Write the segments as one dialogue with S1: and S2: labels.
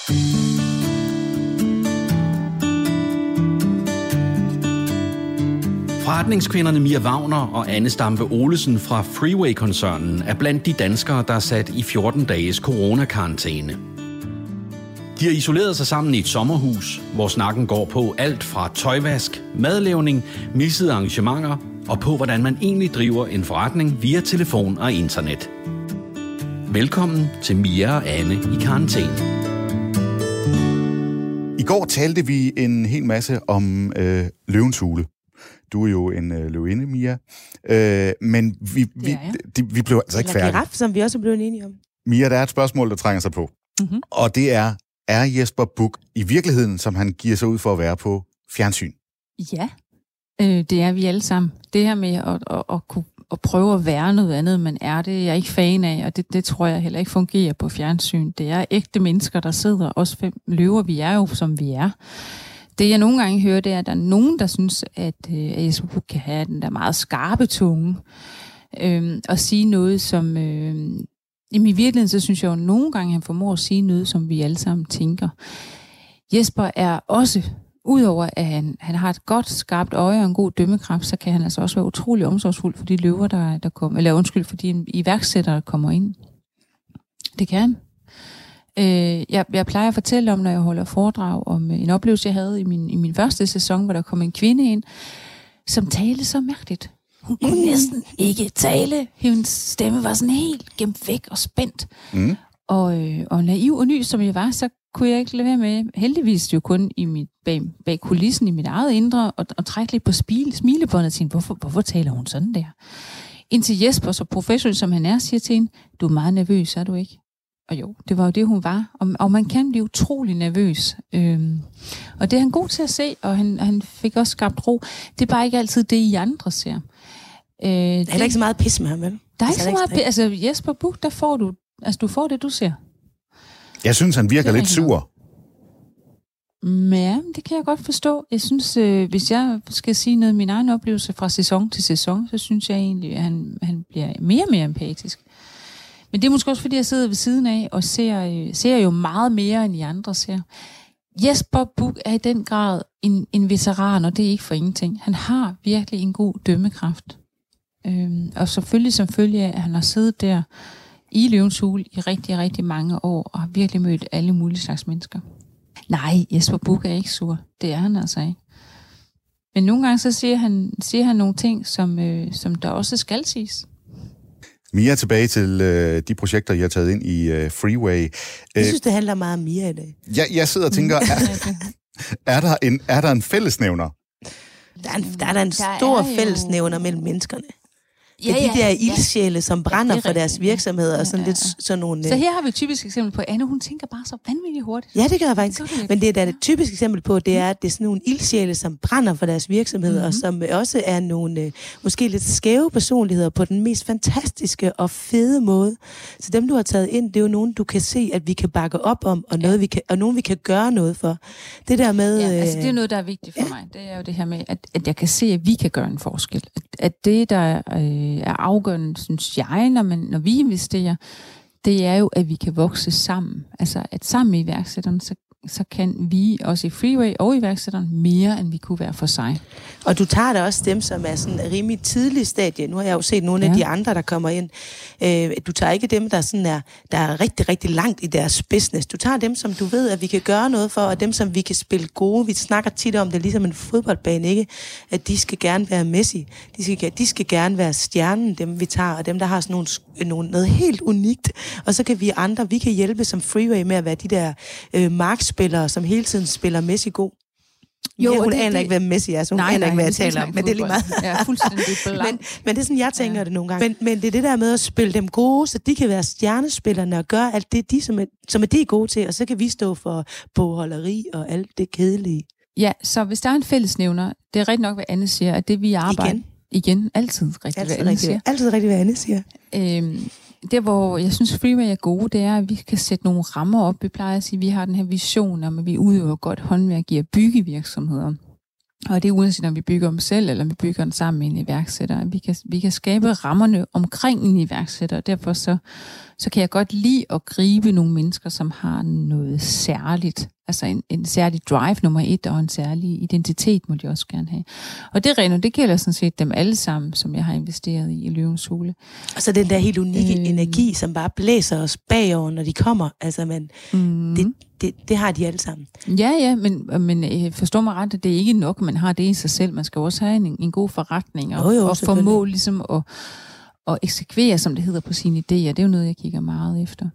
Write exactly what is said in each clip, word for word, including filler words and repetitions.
S1: Forretningskvinderne Mia Wagner og Anne Stampe Olesen fra Freeway-koncernen er blandt de danskere, der er sat i fjorten dages coronakarantæne. De har isoleret sig sammen i et sommerhus, hvor snakken går på alt fra tøjvask, madlavning, missede arrangementer og på, hvordan man egentlig driver en forretning via telefon og internet. Velkommen til Mia og Anne i karantæne.
S2: I går talte vi en hel masse om øh, løvens hule. Du er jo en øh, løvinde, Mia. Øh, men vi, vi,
S3: ja, ja.
S2: De, vi blev altså ikke
S4: Eller
S2: færdige.
S4: giraf, som vi også er blevet enige om.
S2: Mia, der er et spørgsmål, der trænger sig på.
S3: Mm-hmm.
S2: Og det er, er Jesper Buch i virkeligheden, som han giver sig ud for at være på fjernsyn?
S3: Ja, øh, det er vi alle sammen. Det her med at, at, at, kunne, at prøve at være noget andet, man er, det er jeg ikke fan af, og det, det tror jeg heller ikke fungerer på fjernsyn. Det er ægte mennesker, der sidder, også fem løver, vi er jo, som vi er. Det jeg nogle gange hører, det er, at der er nogen, der synes, at øh, Jesper Buch kan have den der meget skarpe tunge, øh, og sige noget, som... Øh, I virkeligheden, så synes jeg jo nogle gange, han formår at sige noget, som vi alle sammen tænker. Jesper er også, udover at han, han har et godt, skarpt øje og en god dømmekraft, så kan han altså også være utrolig omsorgsfuld for de løver, der, der kommer, eller undskyld, for de iværksættere, der kommer ind. Det kan han. Øh, jeg, jeg plejer at fortælle om, når jeg holder foredrag, om en oplevelse, jeg havde i min, i min første sæson, hvor der kom en kvinde ind, som talte så mærkeligt. Hun kunne næsten ikke tale. Hendes stemme var sådan helt gemt væk og spændt. Mm. Og, øh, og naiv og ny, som jeg var, så kunne jeg ikke lade være med, heldigvis jo kun i mit, bag, bag kulissen i mit eget indre, og, og trække lidt på spil, smilebåndet til hende. Hvorfor, hvorfor taler hun sådan der? Indtil Jesper, så professionel som han er, siger til hende, du er meget nervøs, er du ikke? Og jo, det var jo det, hun var. Og, og man kan blive utrolig nervøs. Øhm, og det er han god til at se, og han, han fik også skabt ro. Det er bare ikke altid det, I andre ser.
S4: Øh, der er det, ikke så meget pis med ham, vel?
S3: Der er ikke så meget pis. Altså, Jesper Buch, der får du... Altså, du får det, du ser.
S2: Jeg synes, han virker lidt sur.
S3: Ja, det kan jeg godt forstå. Jeg synes, øh, hvis jeg skal sige noget af min egen oplevelse fra sæson til sæson, så synes jeg egentlig, at han, han bliver mere og mere empatisk. Men det er måske også, fordi jeg sidder ved siden af og ser, øh, ser jo meget mere, end I andre ser. Jesper Buch er i den grad en, en veteran, og det er ikke for ingenting. Han har virkelig en god dømmekraft. Øhm, og selvfølgelig som følge af, at han har siddet der i løvens hule i rigtig, rigtig mange år, og har virkelig mødt alle mulige slags mennesker. Nej, Jesper Buch er ikke sur. Det er han altså ikke. Men nogle gange så siger han, siger han nogle ting, som, øh, som der også skal siges.
S2: Mia, tilbage til øh, de projekter, I har taget ind i øh, Freeway.
S4: Jeg synes, det handler meget om Mia i dag.
S2: Jeg, jeg sidder og tænker, er, er, der en, er der en fællesnævner?
S4: Der er, en, der er der en
S3: der
S4: stor
S3: jo...
S4: fællesnævner mellem menneskerne. Det er
S3: ja,
S4: de der
S3: ja,
S4: ildsjæle, som brænder
S3: ja,
S4: for deres virksomheder, ja, og sådan
S3: ja, ja.
S4: lidt sådan nogle...
S3: Så her har vi et typisk eksempel på, Anne, hun tænker bare så vanvittigt hurtigt.
S4: Ja, det gør jeg faktisk. Det Men det, der er et typisk eksempel på, det er, at det er sådan nogle ildsjæle, som brænder for deres virksomheder, mm-hmm. og som også er nogle måske lidt skæve personligheder på den mest fantastiske og fede måde. Så dem, du har taget ind, det er jo nogen, du kan se, at vi kan bakke op om, og, noget, ja. vi kan, og nogen, vi kan gøre noget for. Det der med...
S3: Ja, altså det er noget, der er vigtigt for
S4: ja.
S3: mig. Det er jo det her med, at, at jeg kan se, at vi kan gøre en forskel. At, at det, der øh, er afgørende, synes jeg, når, man, når vi investerer, det er jo, at vi kan vokse sammen. Altså, at sammen med iværksætterne, så, så kan vi også i Freeway og iværksætterne mere, end vi kunne være for sig.
S4: Og du tager da også dem, som er sådan rimelig tidlig stadie. Nu har jeg jo set nogle ja. af de andre, der kommer ind. Øh, du tager ikke dem, der, sådan er, der er rigtig, rigtig langt i deres business. Du tager dem, som du ved, at vi kan gøre noget for, og dem, som vi kan spille gode. Vi snakker tit om det, ligesom en fodboldbane, ikke? At de skal gerne være Messi. De skal, de skal gerne være stjernen, dem vi tager, og dem, der har sådan nogle, nogle, noget helt unikt. Og så kan vi andre, vi kan hjælpe som Freeway med at være de der øh, markspillere, som hele tiden spiller Messi god. Jo, ja, hun det, aner det... ikke, hvem Messi er, så hun nej, aner nej, ikke, hvad jeg taler om, men det er lige meget.
S3: Ja, fuldstændig
S4: men, men det er sådan, jeg tænker ja. det nogle gange. Men, men det er det der med at spille dem gode, så de kan være stjernespillerne og gøre alt det, de, som, er, som er de er gode til, og så kan vi stå for bogholderi og alt det kedelige.
S3: Ja, så hvis der er en fællesnævner, det er rigtig nok, hvad Anne siger, at det vi arbejder... Igen? Igen, altid rigtigt,
S4: altid
S3: hvad Anne
S4: rigtig,
S3: siger.
S4: Altid rigtigt, hvad Anne siger.
S3: Øhm, der, hvor jeg synes, Freeway er gode, det er, at vi kan sætte nogle rammer op. Vi plejer at sige, at vi har den her vision om, at vi udøver godt håndværk i at bygge virksomheder. Og det er uanset om vi bygger dem selv, eller om vi bygger den sammen med en iværksætter. Vi kan, vi kan skabe rammerne omkring en iværksætter, og derfor så, så kan jeg godt lide at gribe nogle mennesker, som har noget særligt. Altså en, en særlig drive nummer et, og en særlig identitet må de også gerne have. Og det rent, det gælder sådan set dem alle sammen, som jeg har investeret i i Løvens Hule.
S4: Og så den der helt unikke øh, energi, som bare blæser os bagover, når de kommer. Altså, man, mm. det, det, det har de alle sammen.
S3: Ja, ja, men, men forstår mig ret, at det er ikke nok, man har det i sig selv. Man skal også have en, en god forretning, og, oh, jo, og formå ligesom at, at eksekvere, som det hedder, på sine idéer. Det er jo noget, jeg kigger meget efter.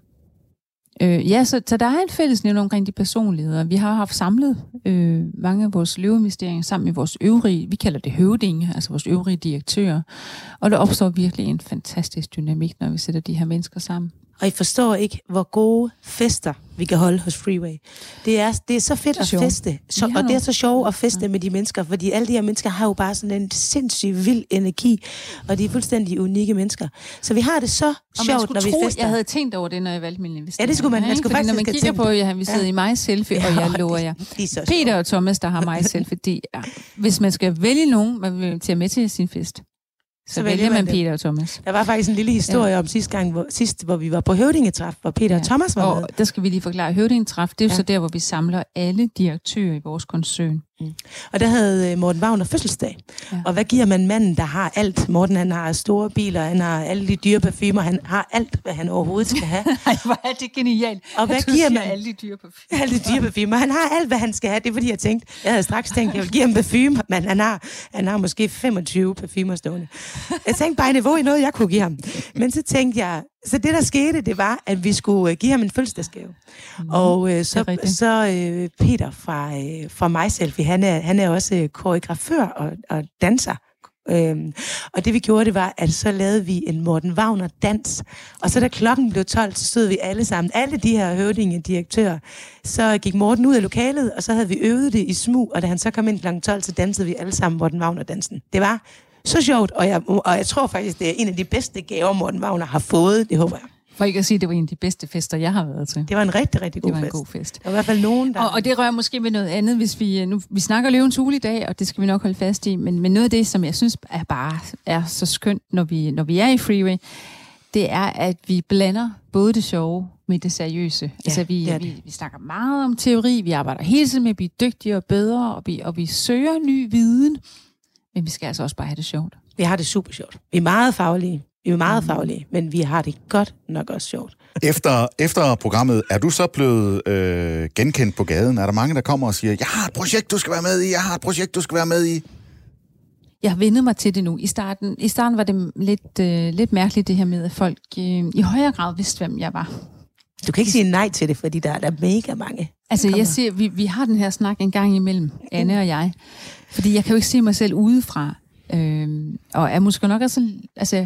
S3: Øh, ja, så, så der er en fællesnævner omkring de personligheder. Vi har haft samlet øh, mange af vores løveinvesteringer sammen med vores øvrige, vi kalder det høvdinge, altså vores øvrige direktører. Og der opstår virkelig en fantastisk dynamik, når vi sætter de her mennesker sammen.
S4: Og I forstår ikke, hvor gode fester vi kan holde hos Freeway. Det er, det er så fedt at feste, så, og det er så sjovt at feste ja. med de mennesker, fordi alle de her mennesker har jo bare sådan en sindssygt vild energi, og de er fuldstændig unikke mennesker. Så vi har det så sjovt, når vi
S3: tro,
S4: fester.
S3: Jeg havde tænkt over det, når jeg valgte min investering.
S4: Ja, det skulle man. man skulle
S3: når man kigger på, at vi sidder ja. i mig selfie, og jeg lover jer. Peter og Thomas, der har mig selfie, de er, hvis man skal vælge nogen, man vil tage med til sin fest, Så, så vælger man, man Peter og Thomas.
S4: Der var faktisk en lille historie ja. om sidste gang, hvor, sidst, hvor vi var på Høvdingetræf, hvor Peter ja. og Thomas var
S3: og
S4: med.
S3: Der skal vi lige forklare. Høvdingetræf, det er jo ja. så der, hvor vi samler alle direktører i vores koncern.
S4: Mm. Og der havde Morten Wagner fødselsdag. Ja. Og hvad giver man manden, der har alt? Morten, han har store biler, han har alle de dyre parfumer, han har alt, hvad han overhovedet skal have.
S3: Ej, hvor er det genialt.
S4: Og hvad giver man?
S3: Alle de dyre parfumer.
S4: Alle de dyre parfumer. Han har alt, hvad han skal have. Det er fordi, jeg tænkte, jeg havde straks tænkt, jeg vil give ham parfume, men han har, han har måske femogtyve parfumer stående. Jeg tænkte bare, niveau i noget, jeg kunne give ham. Men så tænkte jeg, så det, der skete, det var, at vi skulle give ham en fødselsdagsgave. Mm, og øh, så, så øh, Peter fra, øh, fra MySelfie, han er, han er også øh, koreografør og, og danser. Øhm, og det vi gjorde, det var, at så lavede vi en Morten Wagner-dans. Og så da klokken blev tolv, så stod vi alle sammen, alle de her høvdinge, direktører. Så gik Morten ud af lokalet, og så havde vi øvet det i smug. Og da han så kom ind klokken tolv, så dansede vi alle sammen Morten Wagner-dansen. Det var så sjovt, og jeg, og jeg tror faktisk, det er en af de bedste gaver, Morten Wagner har fået. Det håber jeg.
S3: For ikke at sige, at det var en af de bedste fester, jeg har været til.
S4: Det var en rigtig, rigtig god fest.
S3: Det var en god fest.
S4: Der var i hvert fald nogen, der...
S3: Og, og det rører måske ved noget andet, hvis vi... Nu, vi snakker Løvens Hule i dag, og det skal vi nok holde fast i, men, men noget af det, som jeg synes er bare er så skønt, når vi, når vi er i Freeway, det er, at vi blander både det sjove med det seriøse. Ja, altså, vi, det det. vi, vi snakker meget om teori, vi arbejder hele tiden med at blive dygtigere og bedre, og vi, og vi søger ny viden, men vi skal altså også bare have det sjovt.
S4: Vi har det super sjovt. Vi er meget faglige. Vi er meget faglige, men vi har det godt nok også sjovt.
S2: Efter, efter programmet, er du så blevet øh, genkendt på gaden? Er der mange, der kommer og siger, jeg har et projekt, du skal være med i, jeg har et projekt, du skal være med i?
S3: Jeg har vendet mig til det nu. I starten, i starten var det lidt, øh, lidt mærkeligt, det her med, at folk øh, i højere grad vidste, hvem jeg var.
S4: Du kan ikke sige nej til det, fordi der er der mega mange.
S3: Altså, jeg siger, vi, vi har den her snak en gang imellem, Anne og jeg. Fordi jeg kan jo ikke se mig selv udefra. Øh, og er måske nok også... Altså,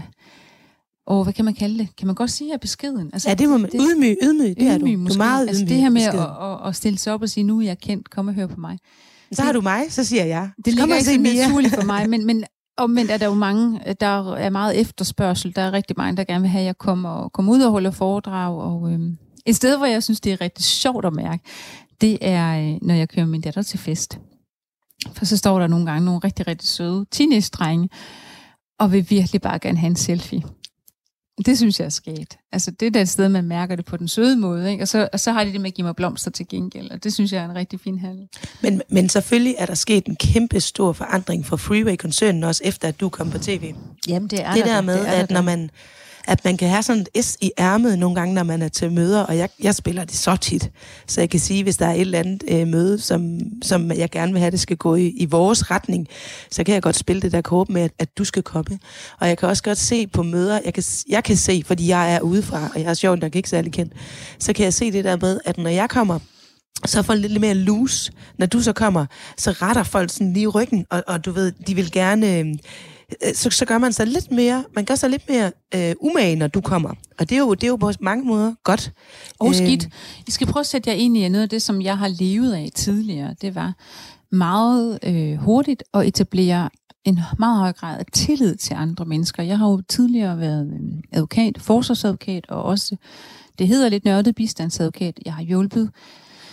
S3: og hvad kan man kalde det? Kan man godt sige, at beskeden? Altså,
S4: ja, det må man. Det, ydmyg, ydmyg, det er du.
S3: Ydmyg,
S4: du er meget
S3: altså,
S4: ydmyg.
S3: Det her med at, at, at stille sig op og sige, nu er jeg kendt, kom og hør på mig.
S4: Så har du mig, så siger jeg.
S3: Det ligger ikke så naturligt for mig, men, men omvendt er der jo mange, der er meget efterspørgsel. Der er rigtig mange, der gerne vil have, at jeg kommer, og kommer ud og holder foredrag. Og, øhm, et sted, hvor jeg synes, det er rigtig sjovt at mærke, det er, når jeg kører min datter til fest. For så står der nogle gange nogle rigtig, rigtig søde teenage-drenge, og vil virkelig bare gerne have en selfie. Det synes jeg er sket. Altså, det er da et sted, man mærker det på den søde måde, ikke? Og, så, og så har de det med at give mig blomster til gengæld, og det synes jeg er en rigtig fin handel. Men,
S4: men selvfølgelig er der sket en kæmpe stor forandring for Freeway-koncernen, også efter at du kom på tv.
S3: Jamen, det er
S4: det
S3: der,
S4: der med,
S3: det er
S4: at
S3: der.
S4: når man... at man kan have sådan et S i ærmet nogle gange, når man er til møder, og jeg, jeg spiller det så tit. Så jeg kan sige, hvis der er et eller andet øh, møde, som, som jeg gerne vil have, det skal gå i, i vores retning, så kan jeg godt spille det der kort med, at, at du skal komme. Og jeg kan også godt se på møder, jeg kan, jeg kan se, fordi jeg er udefra, og jeg er sjovt nok ikke særlig kendt, så kan jeg se det der med, at når jeg kommer, så er folk lidt mere loose. Når du så kommer, så retter folk sådan lige ryggen, og, og du ved, de vil gerne... Øh, Så, så gør man sig lidt mere, man gør sig lidt mere øh, umage, når du kommer. Og det er jo, det er jo på mange måder godt.
S3: Og skidt. I skal prøve at sætte jer ind i noget af det, som jeg har levet af tidligere. Det var meget øh, hurtigt at etablere en meget høj grad af tillid til andre mennesker. Jeg har jo tidligere været advokat, forsvarsadvokat, og også, det hedder lidt nørdet, bistandsadvokat. Jeg har hjulpet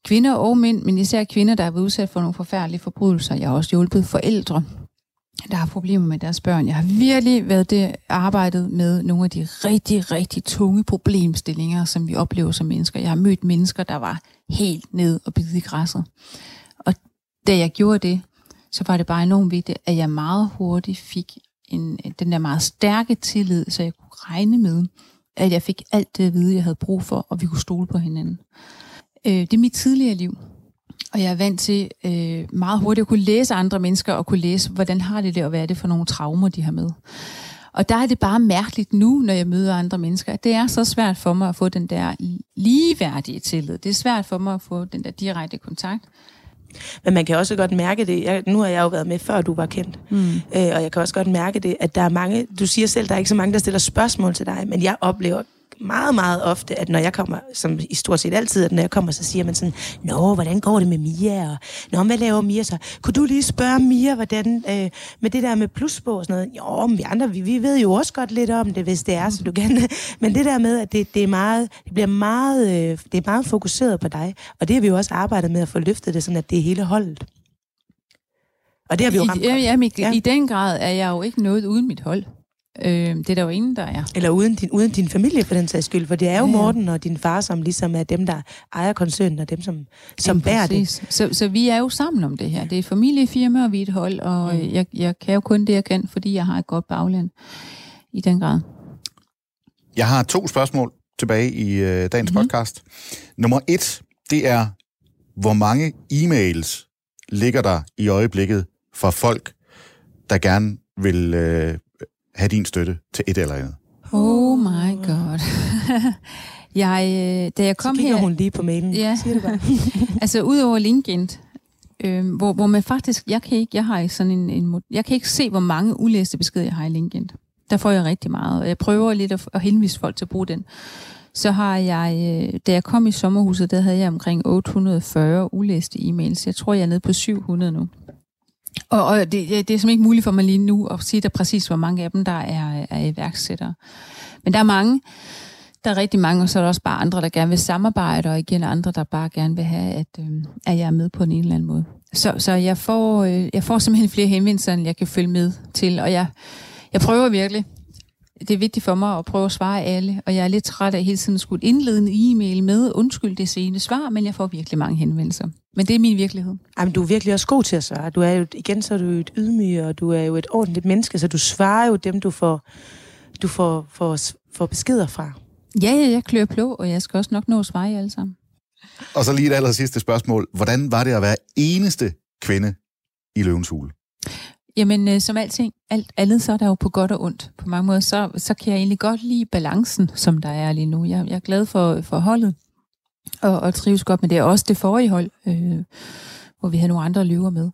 S3: kvinder og mænd, men især kvinder, der har været udsat for nogle forfærdelige forbrydelser. Jeg har også hjulpet forældre, der har problemer med deres børn. Jeg har virkelig været det arbejdet med nogle af de rigtig, rigtig tunge problemstillinger, som vi oplever som mennesker. Jeg har mødt mennesker, der var helt ned og bide i græsset. Og da jeg gjorde det, så var det bare enormt vigtigt, at jeg meget hurtigt fik en, den der meget stærke tillid, så jeg kunne regne med, at jeg fik alt det at vide, jeg havde brug for, og vi kunne stole på hinanden. Øh, det er mit tidligere liv, og jeg er vant til øh, meget hurtigt at kunne læse andre mennesker, og kunne læse, hvordan har det det, og hvad er det for nogle traumer, de har med. Og der er det bare mærkeligt nu, når jeg møder andre mennesker, at det er så svært for mig at få den der ligeværdige tillid. Det er svært for mig at få den der direkte kontakt.
S4: Men man kan også godt mærke det. Jeg, nu har jeg jo været med, før du var kendt. Mm. Øh, og jeg kan også godt mærke det, at der er mange... Du siger selv, der er ikke så mange, der stiller spørgsmål til dig, men jeg oplever meget, meget ofte, at når jeg kommer, som i stort set altid, at når jeg kommer, så siger man sådan, nå, hvordan går det med Mia? Og, nå, hvad laver Mia så? Kunne du lige spørge Mia, hvordan øh, med det der med plusbog og sådan noget? Jo, men vi andre, vi, vi ved jo også godt lidt om det, hvis det er, så du kan. Men det der med, at det, det er meget, det bliver meget, øh, det er meget fokuseret på dig, og det har vi jo også arbejdet med at få løftet det, sådan at det er hele holdet. Og det har vi jo ramt.
S3: I, ja, i, ja. I den grad er jeg jo ikke noget uden mit hold. Øh, det er der jo ingen, der er.
S4: Eller uden din, uden din familie, for den sags skyld. For det er jo ja. Morten og din far, som ligesom er dem, der ejer koncernen, og dem, som, som ja, bærer det.
S3: Så, så vi er jo sammen om det her. Det er familiefirma, og vi er et hold, og mm. jeg, jeg kan jo kun det, jeg kan, fordi jeg har et godt bagland i den grad.
S2: Jeg har to spørgsmål tilbage i øh, dagens mm-hmm. podcast. Nummer et, det er, hvor mange e-mails ligger der i øjeblikket fra folk, der gerne vil... Øh, have din støtte til et eller andet?
S3: Oh my god. jeg, da jeg kom
S4: så kigger
S3: her...
S4: hun lige på mailen.
S3: Ja.
S4: Siger det bare.
S3: Altså, udover LinkedIn, øh, hvor, hvor man faktisk... Jeg kan ikke, jeg har ikke sådan en, en... Jeg kan ikke se, hvor mange ulæste beskeder, jeg har i LinkedIn. Der får jeg rigtig meget, og jeg prøver lidt at, at henvise folk til at bruge den. Så har jeg... Da jeg kom i sommerhuset, der havde jeg omkring otte hundrede og fyrre ulæste e-mails. Jeg tror, jeg er nede på syv hundrede nu. Og, og det, det er simpelthen ikke muligt for mig lige nu at sige der præcis, hvor mange af dem, der er, er iværksættere. Men der er mange, der er rigtig mange, og så er der også bare andre, der gerne vil samarbejde, og igen andre, der bare gerne vil have, at, øh, at jeg er med på en eller anden måde. Så, så jeg, får, øh, jeg får simpelthen flere henvendelser, end jeg kan følge med til, og jeg, jeg prøver virkelig. Det er vigtigt for mig at prøve at svare alle, og jeg er lidt træt af hele tiden at skulle indlede en e-mail med, undskyld det sene svar, men jeg får virkelig mange henvendelser. Men det er min virkelighed.
S4: Jamen, du er virkelig også god til at svare. Du er jo, igen, så er du et ydmyg, og du er jo et ordentligt menneske, så du svarer jo dem, du får, du får, får, får beskeder fra.
S3: Ja, ja, jeg klør på, og jeg skal også nok nå at svare jer alle sammen.
S2: Og så lige et aller sidste spørgsmål. Hvordan var det at være eneste kvinde i Løvens Hule?
S3: Jamen, øh, som alting, alt andet, så er der jo på godt og ondt. På mange måder, så, så kan jeg egentlig godt lide balancen, som der er lige nu. Jeg, jeg er glad for, for holdet, og, og trives godt, men det er også det forrige hold, øh, hvor vi havde nogle andre løver med.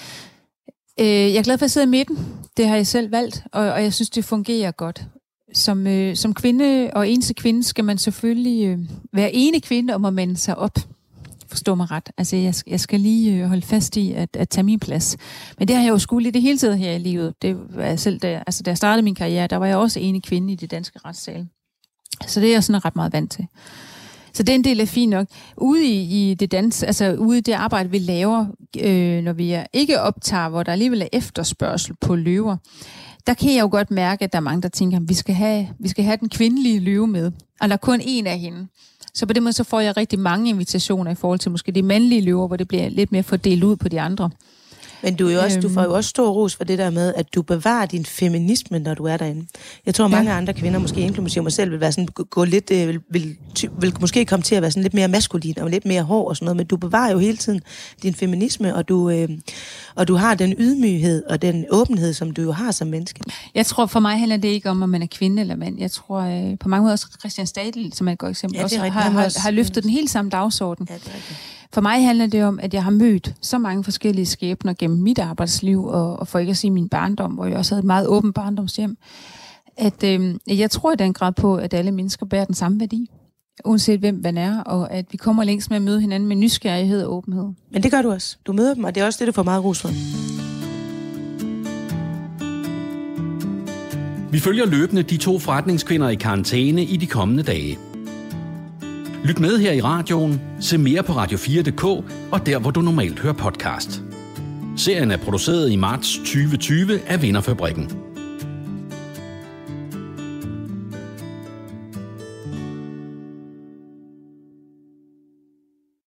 S3: Øh, jeg er glad for at sidde i midten. Det har jeg selv valgt, og, og jeg synes, det fungerer godt. Som, øh, som kvinde og eneste kvinde skal man selvfølgelig øh, være ene kvinde om at mande sig op. Forstå mig ret. Altså, jeg, jeg skal lige holde fast i at, at tage min plads. Men det har jeg jo skulle i det hele taget her i livet. Det var selv, da, altså, da jeg startede min karriere, der var jeg også ene kvinde i det danske retssal. Så det er jeg sådan ret meget vant til. Så den del er fint nok. Ude i, i det dans, altså ude i det arbejde, vi laver, øh, når vi er ikke optager, hvor der alligevel er efterspørgsel på løver, der kan jeg jo godt mærke, at der er mange, der tænker, at vi skal have, vi skal have den kvindelige løve med. Og der er kun en af hende. Så på den måde så får jeg rigtig mange invitationer i forhold til måske de mandlige løver, hvor det bliver lidt mere fordelt ud på de andre.
S4: Men du, er jo også, øhm. du får jo også stor ros for det der med, at du bevarer din feminisme, når du er derinde. Jeg tror, mange ja. andre kvinder, måske inklusive mig selv, vil være sådan, gå lidt, øh, vil, vil, vil måske komme til at være sådan lidt mere maskulin og lidt mere hård og sådan noget, men du bevarer jo hele tiden din feminisme, og du, øh, og du har den ydmyghed og den åbenhed, som du jo har som menneske. Jeg tror, for mig handler det ikke om, om man er kvinde eller mand. Jeg tror øh, på mange måder også Christian Stadil, som er et godt eksempel, ja, også har, har, har løftet den helt samme dagsorden. Ja, det er rigtigt. For mig handler det om, at jeg har mødt så mange forskellige skæbner gennem mit arbejdsliv, og, og for ikke at sige min barndom, hvor jeg også havde et meget åbent barndomshjem, at øh, jeg tror i den grad på, at alle mennesker bærer den samme værdi, uanset hvem man er, og at vi kommer længst med at møde hinanden med nysgerrighed og åbenhed. Men det gør du også. Du møder dem, og det er også det, du får meget ros for.
S1: Vi følger løbende de to forretningskvinder i karantæne i de kommende dage. Lyt med her i radioen, se mere på radio fire punktum d k og der, hvor du normalt hører podcast. Serien er produceret i marts tyve tyve af Vinderfabrikken.